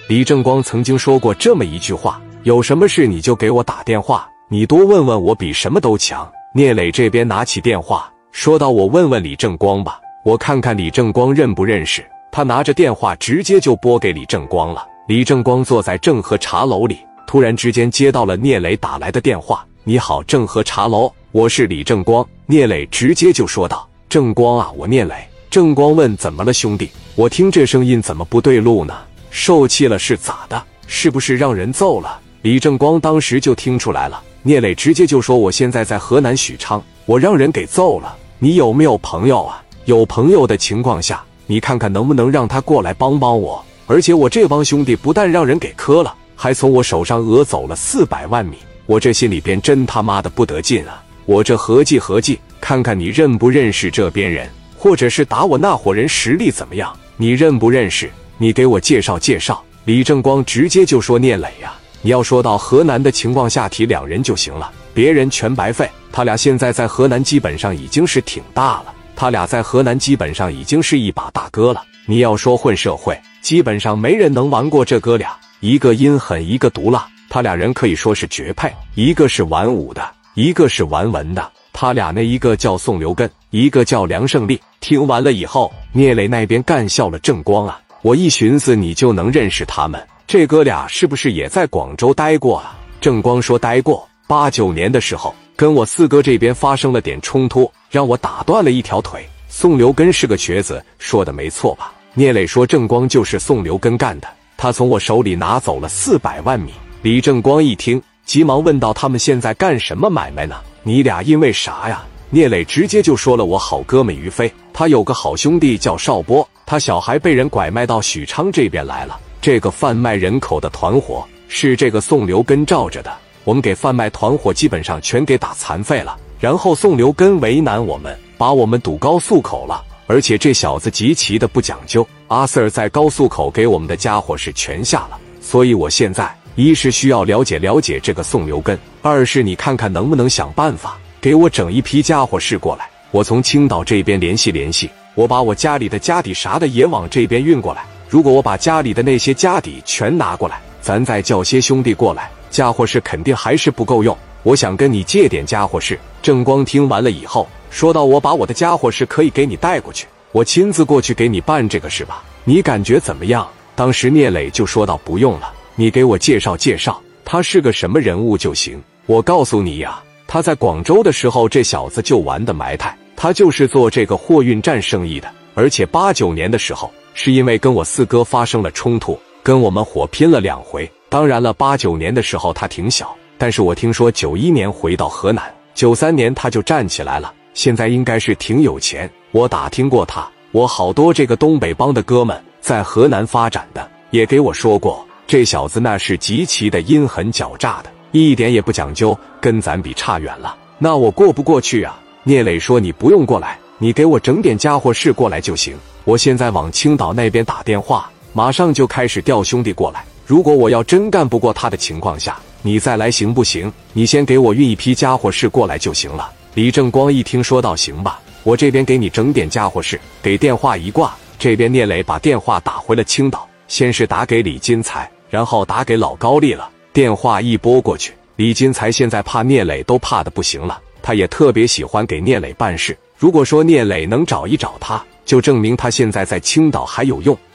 李正光曾经说过这么一句话：有什么事你就给我打电话，你多问问我比什么都强。聂磊这边拿起电话，说道：我问问李正光吧，我看看李正光认不认识。他拿着电话直接就拨给李正光了。李正光坐在正和茶楼里，突然之间接到了聂磊打来的电话。你好，正和茶楼，我是李正光。聂磊直接就说道：正光啊，我聂磊。正光问：怎么了兄弟？我听这声音怎么不对路呢？受气了是咋的？是不是让人揍了？李正光当时就听出来了。聂磊直接就说：我现在在河南许昌，我让人给揍了。你有没有朋友啊？有朋友的情况下，你看看能不能让他过来帮帮我。而且我这帮兄弟不但让人给磕了，还从我手上讹走了400万米，我这心里边真他妈的不得劲啊！我这合计，看看你认不认识这边人，或者是打我那伙人实力怎么样？你认不认识？你给我介绍介绍。李正光直接就说：聂磊呀，你要说到河南的情况下提2人就行了，别人全白费。他俩现在在河南基本上已经是挺大了，他俩在河南基本上已经是一把大哥了。你要说混社会，基本上没人能玩过这哥俩，一个阴狠，一个毒辣，他俩人可以说是绝配。一个是玩武的，一个是玩文的，他俩那一个叫宋留根，一个叫梁胜利。听完了以后，聂磊那边干笑了：正光啊，我一寻思你就能认识他们，这哥俩是不是也在广州待过啊？正光说待过，89年的时候跟我四哥这边发生了点冲突，让我打断了一条腿。宋留根是个瘸子，说的没错吧？聂磊说正光就是宋留根干的，他从我手里拿走了400万米。李正光一听，急忙问道：他们现在干什么买卖呢？你俩因为啥呀？聂磊直接就说了：我好哥们于飞，他有个好兄弟叫邵波，他小孩被人拐卖到许昌这边来了，这个贩卖人口的团伙是这个宋留根罩着的，我们给贩卖团伙基本上全给打残废了，然后宋留根为难我们，把我们堵高速口了，而且这小子极其的不讲究，阿 Sir 在高速口给我们的家伙是全下了。所以我现在一是需要了解了解这个宋留根，二是你看看能不能想办法给我整一批家伙事过来，我从青岛这边联系，我把我家里的家底啥的也往这边运过来，如果我把家里的那些家底全拿过来，咱再叫些兄弟过来，家伙事肯定还是不够用，我想跟你借点家伙事。正光听完了以后说道：我把我的家伙事可以给你带过去，我亲自过去给你办这个事吧，你感觉怎么样？当时聂磊就说道：不用了，你给我介绍介绍他是个什么人物就行。我告诉你呀，他在广州的时候这小子就玩的埋汰，他就是做这个货运站生意的，而且89年的时候是因为跟我四哥发生了冲突，跟我们火拼了2回。当然了，89年的时候他挺小，但是我听说91年回到河南，93年他就站起来了，现在应该是挺有钱。我打听过他，我好多这个东北帮的哥们在河南发展的也给我说过，这小子那是极其的阴狠狡诈的，一点也不讲究，跟咱比差远了。那我过不过去啊？聂磊说：你不用过来，你给我整点家伙事过来就行，我现在往青岛那边打电话，马上就开始调兄弟过来，如果我要真干不过他的情况下，你再来行不行？你先给我运一批家伙事过来就行了。李正光一听说道：行吧，我这边给你整点家伙事。给电话一挂，这边聂磊把电话打回了青岛，先是打给李金才，然后打给老高丽了。电话一拨过去，李金才现在怕聂磊都怕得不行了，他也特别喜欢给聂磊办事，如果说聂磊能找一找他，就证明他现在在青岛还有用。